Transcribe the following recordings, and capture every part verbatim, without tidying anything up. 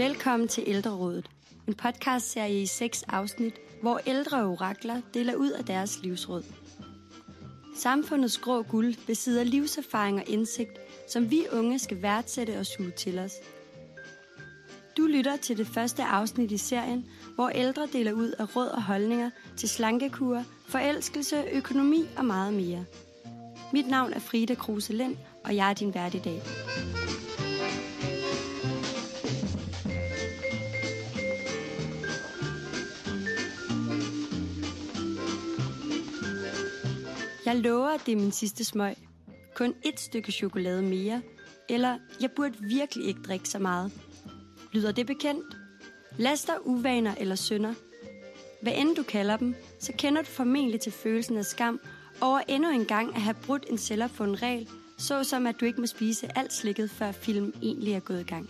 Velkommen til Ældrerådet, en podcastserie i seks afsnit, hvor ældre orakler deler ud af deres livsråd. Samfundets grå guld besidder livserfaring og indsigt, som vi unge skal værdsætte og suge til os. Du lytter til det første afsnit i serien, hvor ældre deler ud af råd og holdninger til slankekur, forelskelse, økonomi og meget mere. Mit navn er Frida Kruse Lind, og jeg er din vært i dag. Jeg lover, at det er min sidste smøg. Kun et stykke chokolade mere. Eller, jeg burde virkelig ikke drikke så meget. Lyder det bekendt? Laster, uvaner eller synder? Hvad end du kalder dem, så kender du formentlig til følelsen af skam over endnu en gang at have brudt en selvopfundet regel, såsom at du ikke må spise alt slikket, før film egentlig er gået i gang.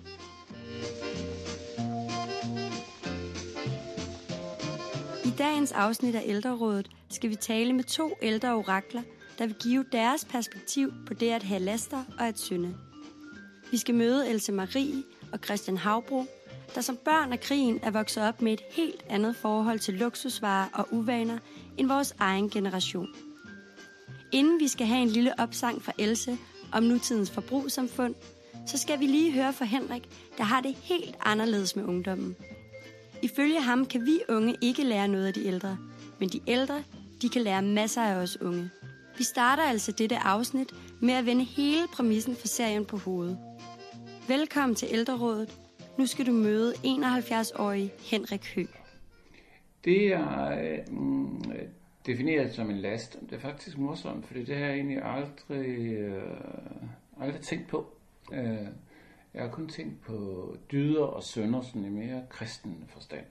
I dagens afsnit af Ældrerådet skal vi tale med to ældre orakler, der vil give deres perspektiv på det at have laster og at synde. Vi skal møde Else Marie og Christian Havbro, der som børn af krigen er vokset op med et helt andet forhold til luksusvarer og uvaner end vores egen generation. Inden vi skal have en lille opsang fra Else om nutidens forbrugssamfund, så skal vi lige høre fra Henrik, der har det helt anderledes med ungdommen. Ifølge ham kan vi unge ikke lære noget af de ældre, men de ældre, de kan lære masser af os unge. Vi starter altså dette afsnit med at vende hele præmissen for serien på hovedet. Velkommen til Ældrerådet. Nu skal du møde enoghalvfjerds-årige Henrik Høgh. Det er mm, defineret som en last. Det er faktisk morsomt, fordi det har jeg egentlig aldrig, øh, aldrig tænkt på. Øh, jeg har kun tænkt på dyder og synder, sådan i mere kristen forstand.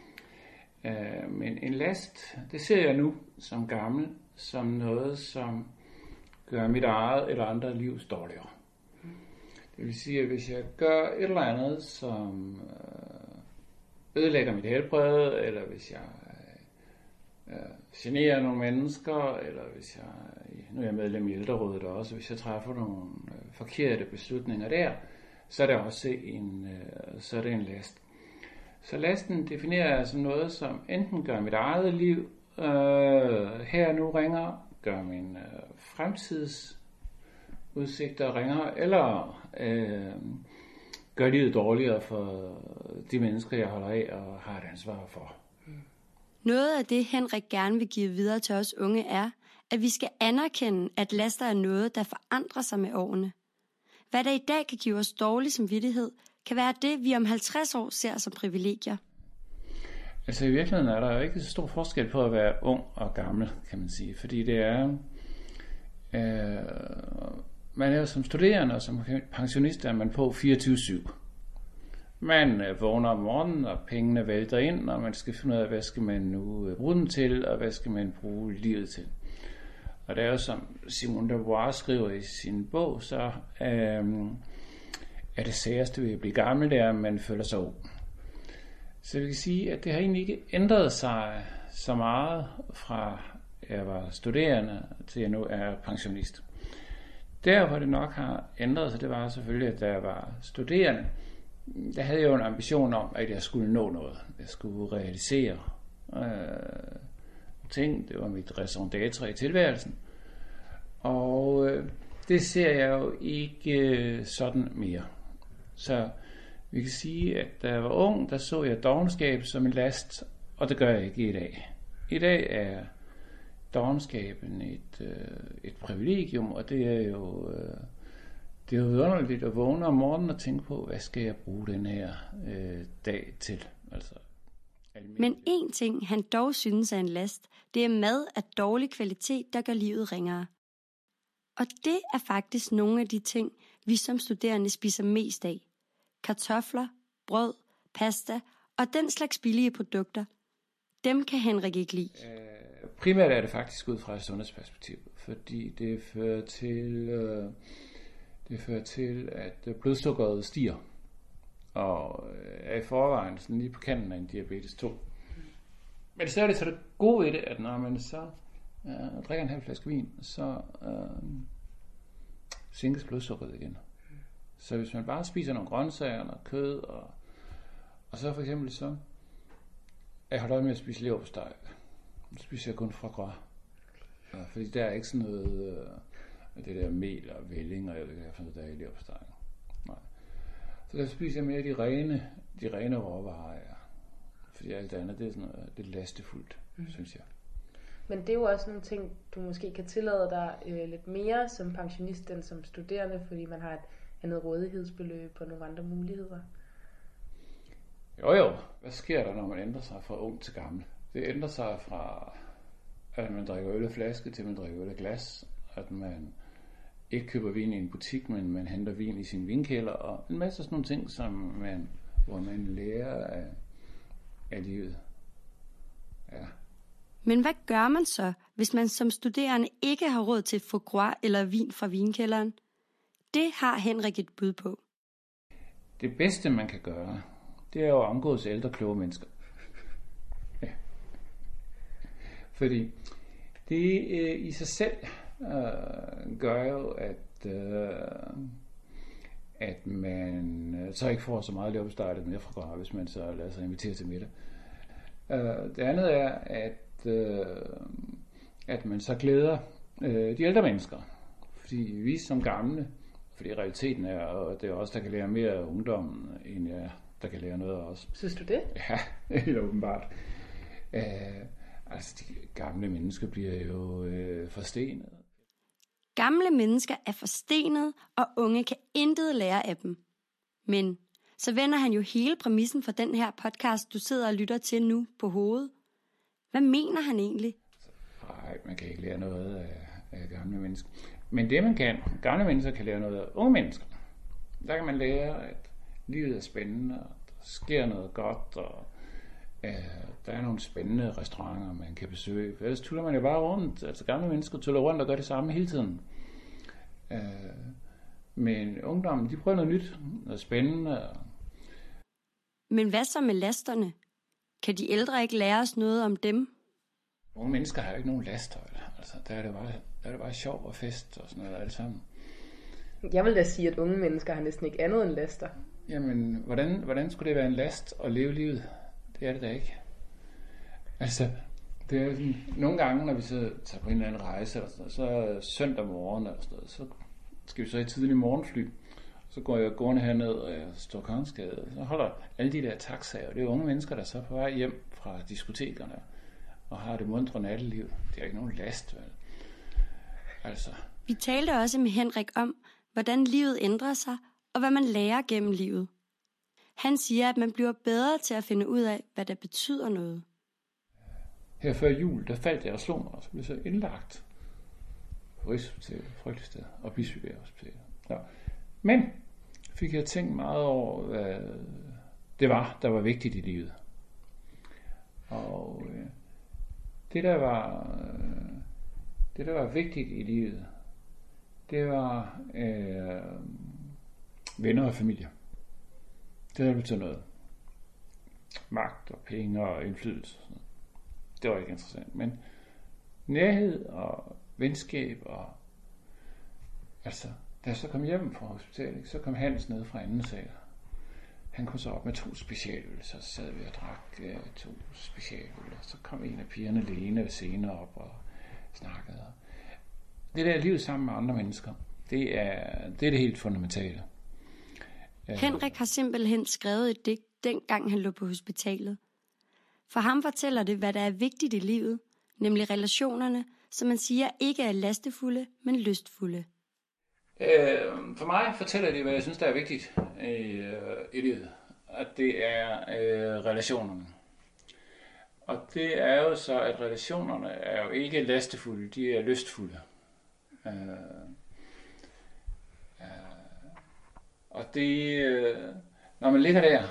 Øh, men en last, det ser jeg nu som gammel, som noget, som gør mit eget eller andre liv dårligere. Det vil sige, at hvis jeg gør et eller andet, som ødelægger mit helbred, eller hvis jeg øh, generer nogle mennesker, eller hvis jeg, nu er jeg medlem i Ældrerådet også, hvis jeg træffer nogle øh, forkerte beslutninger der, så er det også en, øh, så er det en last. Så lasten definerer jeg som noget, som enten gør mit eget liv øh, her nu ringer, gør min øh, fremtids udsigter ringer, eller øh, gør livet dårligere for de mennesker, jeg holder af og har et ansvar for. Noget af det, Henrik gerne vil give videre til os unge, er, at vi skal anerkende, at laster er noget, der forandrer sig med årene. Hvad der i dag kan give os dårlig samvittighed, kan være det, vi om halvtreds år ser som privilegier. Altså i virkeligheden er der jo ikke så stor forskel på at være ung og gammel, kan man sige. Fordi det er... Øh, man er jo som studerende og som pensionist, er man på fireogtyve syv. Man øh, vågner om morgenen, og pengene vælter ind, og man skal finde ud af, hvad skal man nu øh, bruge dem til, og hvad skal man bruge livet til. Og det er jo som Simone de Beauvoir skriver i sin bog, så øh, er det særeste ved at blive gammel, det er, at man føler sig ung. Så vi kan sige, at det har egentlig ikke ændret sig så meget fra jeg var studerende til jeg nu er pensionist. Der hvor det nok har ændret sig, det var selvfølgelig, at da jeg var studerende, der havde jeg jo en ambition om, at jeg skulle nå noget. Jeg skulle realisere øh, ting. Det var mit raison d'être i tilværelsen. Og øh, det ser jeg jo ikke øh, sådan mere. Så vi kan sige, at da jeg var ung, der så jeg dovenskab som en last, og det gør jeg ikke i dag. I dag er dovenskaben et, øh, et privilegium, og det er jo øh, det er jo underligt at vågne om morgenen og tænke på, hvad skal jeg bruge den her øh, dag til. Altså, Men en ting, han dog synes er en last, det er mad af dårlig kvalitet, der gør livet ringere. Og det er faktisk nogle af de ting, vi som studerende spiser mest af. Kartofler, brød, pasta og den slags billige produkter. Dem kan Henrik ikke lide. Øh, primært er det faktisk ud fra et sundhedsperspektiv, fordi det fører til, øh, det fører til at blodsukkeret stiger, og er i forvejen sådan lige på kanten af en diabetes to. Men så er det så det gode ved det, at når man så øh, drikker en halv flaske vin, så øh, sænkes blodsukkeret igen. Så hvis man bare spiser nogle grøntsager, noget kød og Og så for eksempel så, jeg holder øje med at spise leverpostej. Så spiser jeg kun foie gras. Ja, fordi der er ikke sådan noget, øh, det der mel og velling, og jeg ved ikke, hvad der er i leverpostej. Nej. Så der spiser jeg mere de rene, de rene råvarer, ja. Fordi alt det andet, det er sådan noget, det er lastefuldt, mm. synes jeg. Men det er jo også nogle ting, du måske kan tillade dig øh, lidt mere som pensionist end som studerende, fordi man har et andet rådighedsbeløb og nogle andre muligheder. Jo jo, hvad sker der, når man ændrer sig fra ung til gammel? Det ændrer sig fra, at man drikker øl af flaske, til man drikker øl af glas. At man ikke køber vin i en butik, men man henter vin i sin vinkælder. Og en masse sådan nogle ting, som man, hvor man lærer af, af livet. Ja. Men hvad gør man så, hvis man som studerende ikke har råd til foie gras eller vin fra vinkælderen? Det har Henrik et bud på. Det bedste, man kan gøre, det er jo at omgås ældre, kloge mennesker. Ja. Fordi det øh, i sig selv øh, gør jo, at, øh, at man øh, så ikke får så meget leverpostej mere fra gras, hvis man så lader sig invitere til middag. Øh, det andet er, at, øh, at man så glæder øh, de ældre mennesker. Fordi vi som gamle, fordi realiteten er, og det er også der kan lære mere af ungdommen, end jeg, der kan lære noget af os. Synes du det? Ja, helt åbenbart. Øh, altså, de gamle mennesker bliver jo øh, forstenet. Gamle mennesker er forstenet, og unge kan intet lære af dem. Men så vender han jo hele præmissen for den her podcast, du sidder og lytter til nu, på hovedet. Hvad mener han egentlig? Nej, man kan ikke lære noget af, af gamle mennesker. Men det man kan, gamle mennesker kan lære noget af unge mennesker. Der kan man lære, at livet er spændende, og der sker noget godt, og øh, der er nogle spændende restauranter, man kan besøge. For ellers tuller man jo bare rundt. Altså gamle mennesker tuller rundt og gør det samme hele tiden. Øh, men ungdommen, de prøver noget nyt, noget spændende. Men hvad så med lasterne? Kan de ældre ikke lære os noget om dem? Unge mennesker har jo ikke nogen laster. Altså, der er det bare, der er det bare sjov og fest og sådan noget alt sammen. Jeg vil da sige, at unge mennesker har næsten ikke andet end laster. Jamen, hvordan, hvordan skulle det være en last at leve livet? Det er det da ikke. Altså, det er sådan, nogle gange, når vi så tager på en eller anden rejse, eller sådan noget, så er søndag morgen, eller sådan noget, så skal vi så i tidlig morgenfly. Så går jeg gående herned, og jeg står Kongensgade, så holder alle de der taxaer, og det er unge mennesker, der så er på vej hjem fra diskotekerne, og har det muntre natteliv. Det er ikke nogen last, vel? Altså. Vi talte også med Henrik om, hvordan livet ændrer sig, og hvad man lærer gennem livet. Han siger, at man bliver bedre til at finde ud af, hvad der betyder noget. Her før jul, der faldt jeg og slog mig, og så blev så indlagt på Rigshospitalet, frygteligt sted, og Bispebjerg Hospital. Ja. Men fik jeg tænkt meget over, hvad det var, der var vigtigt i livet. Og øh, det, der var, øh, det, der var vigtigt i livet, det var øh, venner og familie. Det havde betydet noget. Magt og penge og indflydelse. Det var ikke interessant. Men nærhed og venskab og altså, da jeg så kom hjem fra hospitalet, så kom Hans ned fra anden sal. Han kom så op med to specialøl, så sad vi og drak øh, to specialøl. Så kom en af pigerne, Lene, senere op og snakkede. Det der liv sammen med andre mennesker, det er det, er det helt fundamentale. Henrik har simpelthen skrevet et digt, dengang han lå på hospitalet. For ham fortæller det, hvad der er vigtigt i livet, nemlig relationerne, som man siger ikke er lastefulde, men lystfulde. Øh, for mig fortæller det, hvad jeg synes, der er vigtigt i, øh, i livet. At det er øh, relationerne. Og det er jo så, at relationerne er jo ikke lastefulde, de er lystfulde. Øh, øh, og det, øh, når man ligger der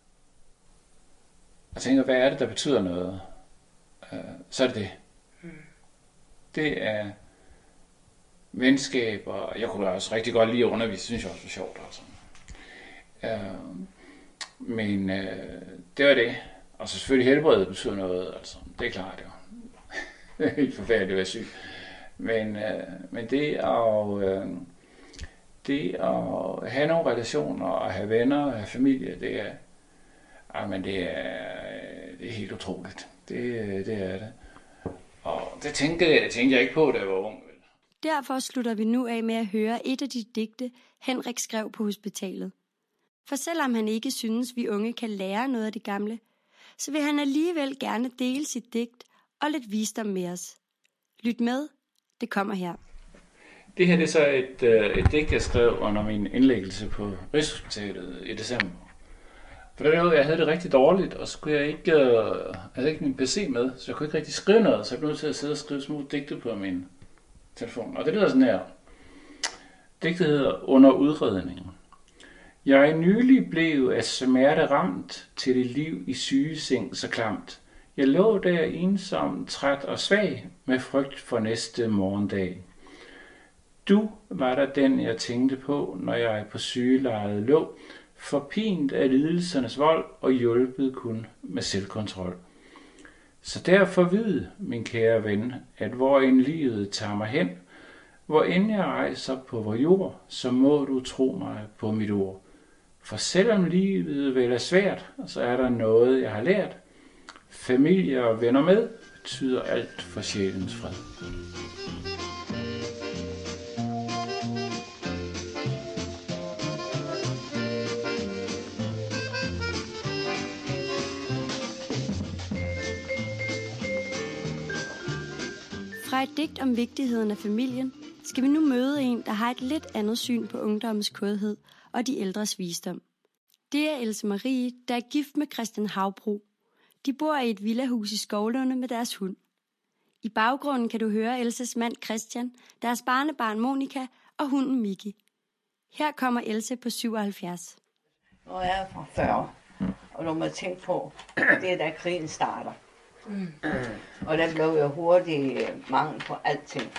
og tænker, hvad er det, der betyder noget, øh, så er det det. Det er venskab, og jeg kunne også rigtig godt lide at undervise, synes jeg også var sjovt. Altså. Øh, men øh, det var det. Og så selvfølgelig helbredet betyder noget, altså. Det er klart, jo. Det er helt forfærdeligt at være syg. Men, øh, men det at, øh, det at have nogle relationer, og have venner, og have familie, det er, Ej, men det er, det er helt utroligt. Det, det er det. Og det tænkte, det tænkte jeg ikke på, da jeg var ung. Derfor slutter vi nu af med at høre et af de digte, Henrik skrev på hospitalet. For selvom han ikke synes, vi unge kan lære noget af det gamle, så vil han alligevel gerne dele sit digt og lidt visdom med os. Lyt med, det kommer her. Det her det er så et, et digt, jeg skrev under min indlæggelse på Rigshospitalet i december. For det var, jeg havde det rigtig dårligt, og så kunne jeg ikke, øh, jeg havde ikke min P C med, så jeg kunne ikke rigtig skrive noget, så jeg blev nødt til at sidde og skrive små digte på min telefon. Og det lyder sådan her. Digtet hedder Under udredningen. Jeg nylig blev af smerte ramt til det liv i sygeseng så klamt. Jeg lå der ensom, træt og svag med frygt for næste morgendag. Du var der den, jeg tænkte på, når jeg på sygelejet lå, forpint af lidelsernes vold og hjulpet kun med selvkontrol. Så derfor vid, min kære ven, at hvor end livet tager mig hen, hvor end jeg rejser på vor jord, så må du tro mig på mit ord. For selvom livet vel er svært, så er der noget, jeg har lært. Familie og venner med betyder alt for sjælens fred. Fra et digt om vigtigheden af familien, skal vi nu møde en, der har et lidt andet syn på ungdommens kodhed og de ældres visdom. Det er Else Marie, der er gift med Christian Havbro. De bor i et villahus i Skovlunde med deres hund. I baggrunden kan du høre Elses mand Christian, deres barnebarn Monika og hunden Miki. Her kommer Else på syvoghalvfjerds. Nu er jeg fra fyrre, og du må tænke på, det er da krigen starter. Mm. Og der blev jo hurtigt mangel på alting.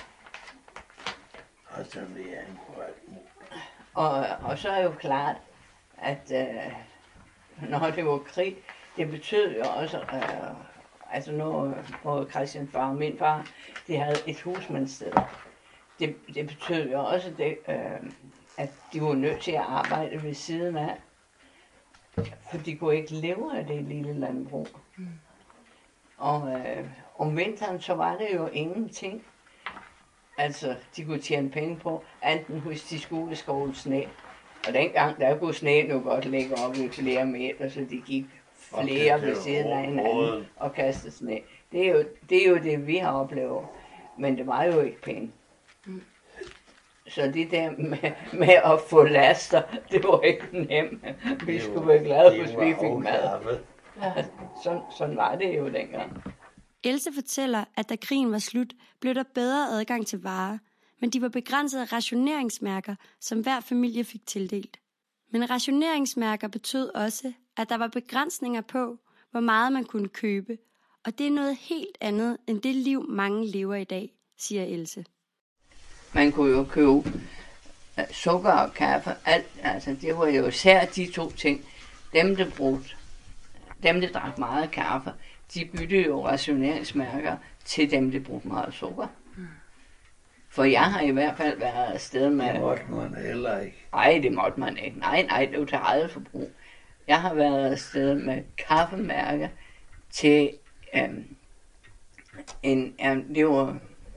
Og så vil jeg ikke på alt muligt. Og, og så er jo klart, at øh, når det var krig, det betød jo også, øh, altså når både Christian far og min far, de havde et husmandssted. Det, det betød jo også, det, øh, at de var nødt til at arbejde ved siden af, for de kunne ikke leve af det lille landbrug. Mm. Og øh, om vinteren, så var det jo ingenting. Altså, de kunne tjene penge på, enten hvis de skulle skovle sne. Og dengang, der kunne sne nu godt ligge op i flere meter, så de gik flere okay, ved siden af hinanden og kastede sne. Det er, jo, det er jo det, vi har oplevet. Men det var jo ikke penge. Mm. Så det der med, med at få laster, det var ikke nemt. Vi det skulle være glade, hvis vi fik mad. Ja, sådan, sådan var det jo dengang. Else fortæller, at da krigen var slut, blev der bedre adgang til varer, men de var begrænset af rationeringsmærker, som hver familie fik tildelt. Men rationeringsmærker betød også, at der var begrænsninger på, hvor meget man kunne købe, og det er noget helt andet end det liv, mange lever i dag, siger Else. Man kunne jo købe sukker og kaffe, alt, altså det var jo især de to ting. Dem, der brugte, dem, der drak meget kaffe, de byttede jo rationeringsmærker til dem, der brugte meget sukker. For jeg har i hvert fald været afsted med... Det måtte man heller ikke. Nej, det måtte man ikke. Nej, nej, det var til eget forbrug. Jeg har været afsted med kaffemærker til øhm, en... Øhm, det var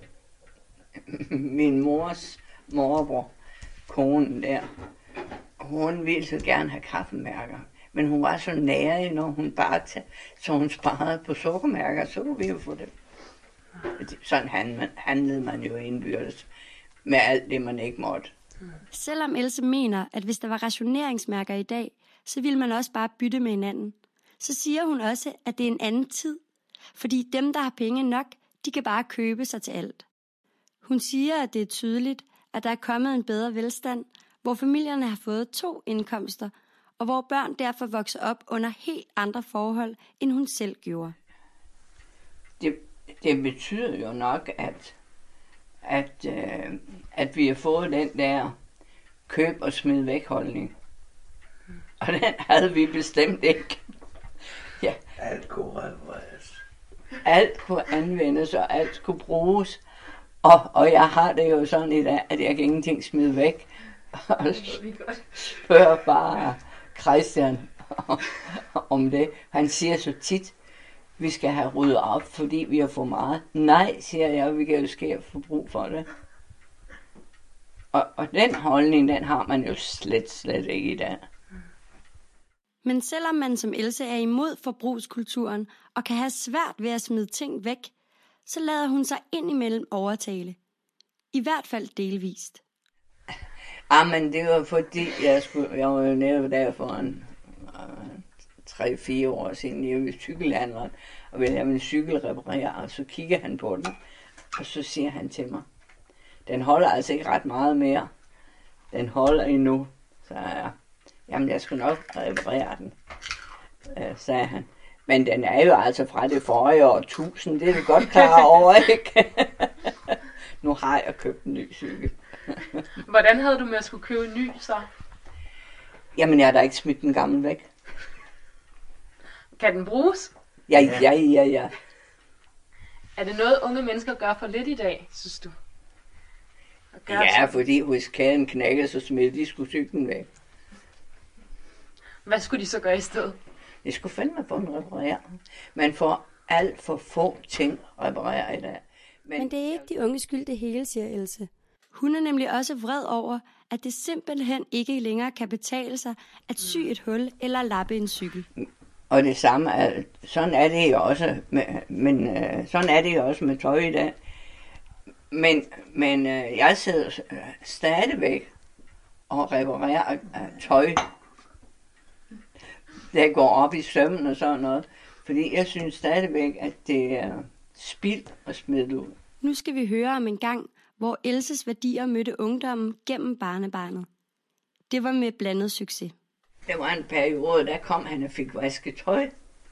min mors morbror, konen der. Hun ville så gerne have kaffemærker. Men hun var så nære, når hun bare tager, så hun sparede på sukkermærker, så kunne vi jo få det. Sådan handlede man jo indbyrdes med alt det, man ikke måtte. Selvom Else mener, at hvis der var rationeringsmærker i dag, så ville man også bare bytte med hinanden, så siger hun også, at det er en anden tid. Fordi dem, der har penge nok, de kan bare købe sig til alt. Hun siger, at det er tydeligt, at der er kommet en bedre velstand, hvor familierne har fået to indkomster, og hvor børn derfor vokser op under helt andre forhold, end hun selv gjorde. Det, det betyder jo nok, at, at, øh, at vi har fået den der køb- og smid væk-holdning. Og den havde vi bestemt ikke. Ja. Alt kunne anvendes. Alt kunne anvendes, og alt kunne bruges. Og, og jeg har det jo sådan i dag, at jeg kan ingenting smide væk. Og spørger bare Christian, om det. Han siger så tit, vi skal have ryddet op, fordi vi har for meget. Nej, siger jeg, vi kan jo ske at få brug for det. Og, og den holdning, den har man jo slet, slet ikke i dag. Men selvom man som Else er imod forbrugskulturen og kan have svært ved at smide ting væk, så lader hun sig indimellem overtale. I hvert fald delvist. Ah, men det var fordi, jeg, skulle, jeg var jo nede der for en tre fire år siden, jeg var i cykelhandleren, og ville have min cykel repareret, og så kigger han på den, og så siger han til mig, den holder altså ikke ret meget mere. Den holder endnu. Så jeg, jamen jeg skulle nok reparere den, øh, sagde han. Men den er jo altså fra det forrige årtusind, det er du godt klar over, ikke? Nu har jeg købt en ny cykel. Hvordan havde du med at skulle købe en ny så? Jamen jeg har da ikke smidt den gamle væk. Kan den bruges? Ja, ja, ja, ja. Er det noget, unge mennesker gør for lidt i dag, synes du? Ja, fordi hvis kæden knækker, så smider de sgu cyklen væk. Hvad skulle de så gøre i stedet? De skulle fandme få den repareret. Man får alt for få ting repareret i dag. Men, Men det er ikke de unge skyld det hele, siger Else. Hun er nemlig også vred over, at det simpelthen ikke længere kan betale sig at sy et hul eller lappe en cykel. Og det samme er, sådan er det jo også, med, men øh, sådan er det jo også med tøj i dag. Men, men øh, jeg sidder øh, stadigvæk og reparerer øh, tøj, der går op i sømmen og sådan noget. Fordi jeg synes stadigvæk, at det er spild at smide ud. Nu skal vi høre om en gang, hvor Elses værdier mødte ungdommen gennem barnebarnet. Det var med blandet succes. Det var en periode, der kom han og fik vasket tøj.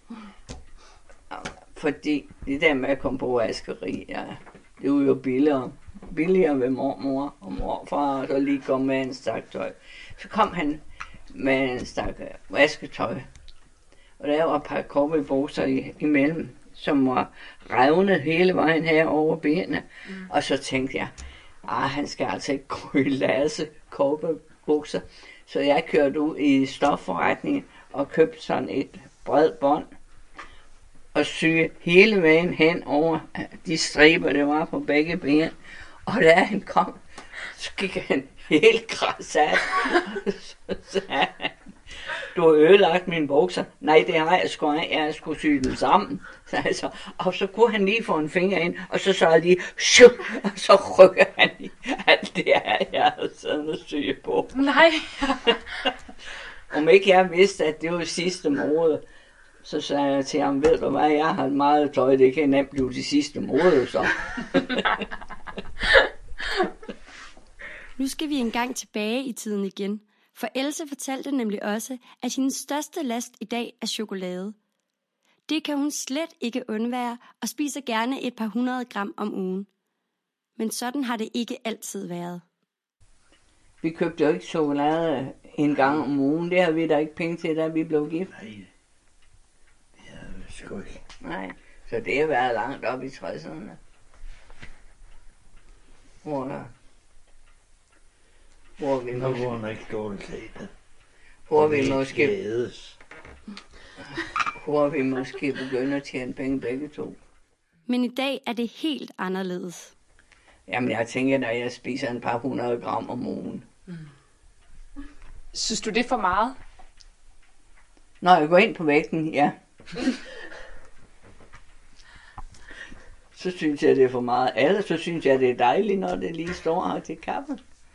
Fordi det der med at komme på vaskeri, ja, det var jo billigere. Billigere ved mormor og morfar, og så lige kom med en stak tøj. Så kom han med en stak vasketøj. Og der var et par cowboybukser imellem, som var revnet hele vejen her over benene. Mm. Og så tænkte jeg, ah, han skal altså ikke gå i lasse cowboybukser. Så jeg kørte ud i stofforretningen og købte sådan et bredt bånd. Og syge hele vejen hen over de striber, der var på begge ben. Og da han kom, så gik han helt krasat. Så sagde han, du har ødelagt mine bukser. Nej, det har jeg sgu ikke. Jeg skulle sy dem sammen. Så altså, og så kunne han lige få en finger ind, og så så jeg lige, shoo, og så rykker han i alt det her, jeg havde sådan at sy på. Nej. Om ikke jeg vidste, at det var sidste mode, så sagde jeg til ham, ved du hvad, jeg har meget tøj, det kan nemt blive det sidste mode, så. Nu skal vi en gang tilbage i tiden igen. For Else fortalte nemlig også, at hendes største last i dag er chokolade. Det kan hun slet ikke undvære og spiser gerne et par hundrede gram om ugen. Men sådan har det ikke altid været. Vi købte jo ikke chokolade en gang om ugen. Det har vi da ikke penge til, da vi blev gift. Nej, det har vi sgu ikke. Nej, så det har været langt op i tresserne. Hvor, hvor vi Nå, måske... hvor han ikke dårligt set. Hvor vi måske... Gædes. Hvor vi måske begynder at tjene penge begge to. Men i dag er det helt anderledes. Jamen, jeg tænker, at jeg spiser en par hundrede gram om ugen. Mm. Synes du, det er for meget? Når jeg går ind på vægten, ja. Så synes jeg, det er for meget. Ellers så synes jeg, det er dejligt, når det lige står her til kaffe.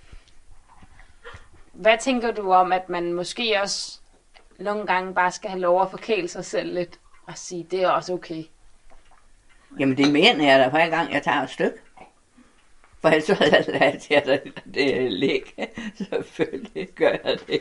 Hvad tænker du om, at man måske også nogle gange bare skal have lov at forkæle sig selv lidt og sige, det er også okay? Jamen, det mener jeg da hver gang, jeg tager et stykke. For ellers så havde jeg ladet jeg da det ligge. Selvfølgelig gør jeg det.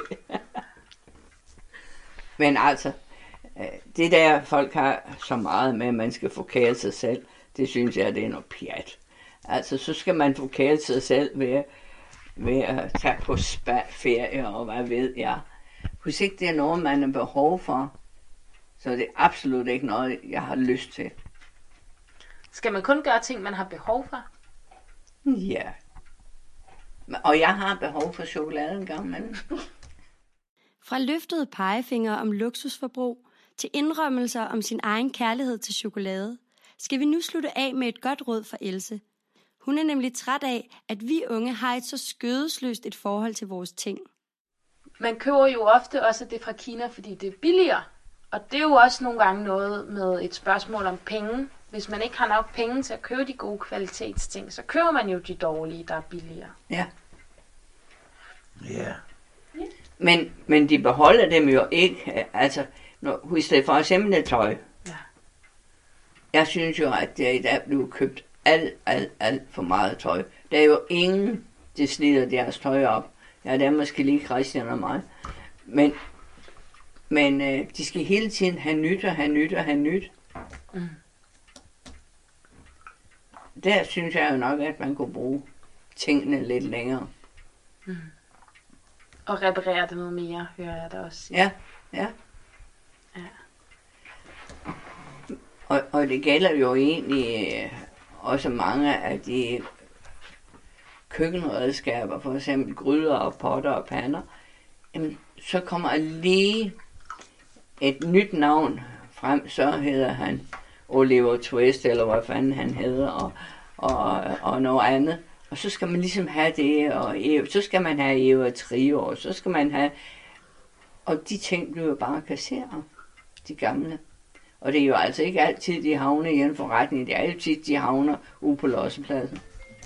Men altså, det der folk har så meget med, at man skal forkæle sig selv, det synes jeg, det er noget pjat. Altså, så skal man forkæle sig selv ved, ved at tage på spa-ferie og hvad ved jeg. Hvis ikke det er noget, man har behov for, så er det absolut ikke noget, jeg har lyst til. Skal man kun gøre ting, man har behov for? Ja. Og jeg har behov for chokolade en gang imellem. Fra løftede pegefingre om luksusforbrug til indrømmelser om sin egen kærlighed til chokolade, skal vi nu slutte af med et godt råd fra Else. Hun er nemlig træt af, at vi unge har et så skødesløst et forhold til vores ting. Man køber jo ofte også det fra Kina, fordi det er billigere. Og det er jo også nogle gange noget med et spørgsmål om penge. Hvis man ikke har nok penge til at købe de gode kvalitetsting, så køber man jo de dårlige, der er billigere. Ja. Ja. Men, men de beholder dem jo ikke, altså, når, hvis det er for eksempel tøj. Ja. Jeg synes jo, at der i dag bliver købt alt, alt, alt for meget tøj. Der er jo ingen, der slider deres tøj op. Ja, der er måske lige Christian og mig. Men, men øh, de skal hele tiden have nyt og have nyt og have nyt. Mm. Der synes jeg jo nok, at man kunne bruge tingene lidt længere. Mm. Og reparere det noget mere, hører jeg da også sige. Ja, ja. Ja. Og, og det gælder jo egentlig øh, også mange af de køkkenredskaber, for eksempel gryder og potter og pander. Jamen, så kommer lige et nyt navn frem, så hedder han Oliver Twist, eller hvad fanden han hedder, og, og, og noget andet. Og så skal man ligesom have det, og så skal man have Eva Trio, og så skal man have... Og de ting bliver jo bare kasseret, de gamle. Og det er jo altså ikke altid, de havner i en forretning. Det er altid, de havner ude på lossepladsen.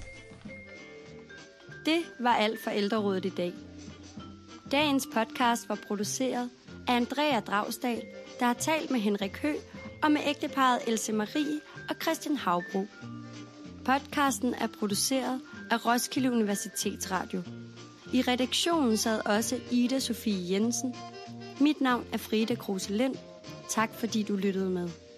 Det var alt for Ældrerådet i dag. Dagens podcast var produceret af Andrea Dragsdal, der har talt med Henrik Høgh og med ægteparret Else Marie og Christian Havbro. Podcasten er produceret af Roskilde Universitetsradio. I redaktionen sad også Ida Sofie Jensen. Mit navn er Frida Kruse Lind. Tak fordi du lyttede med.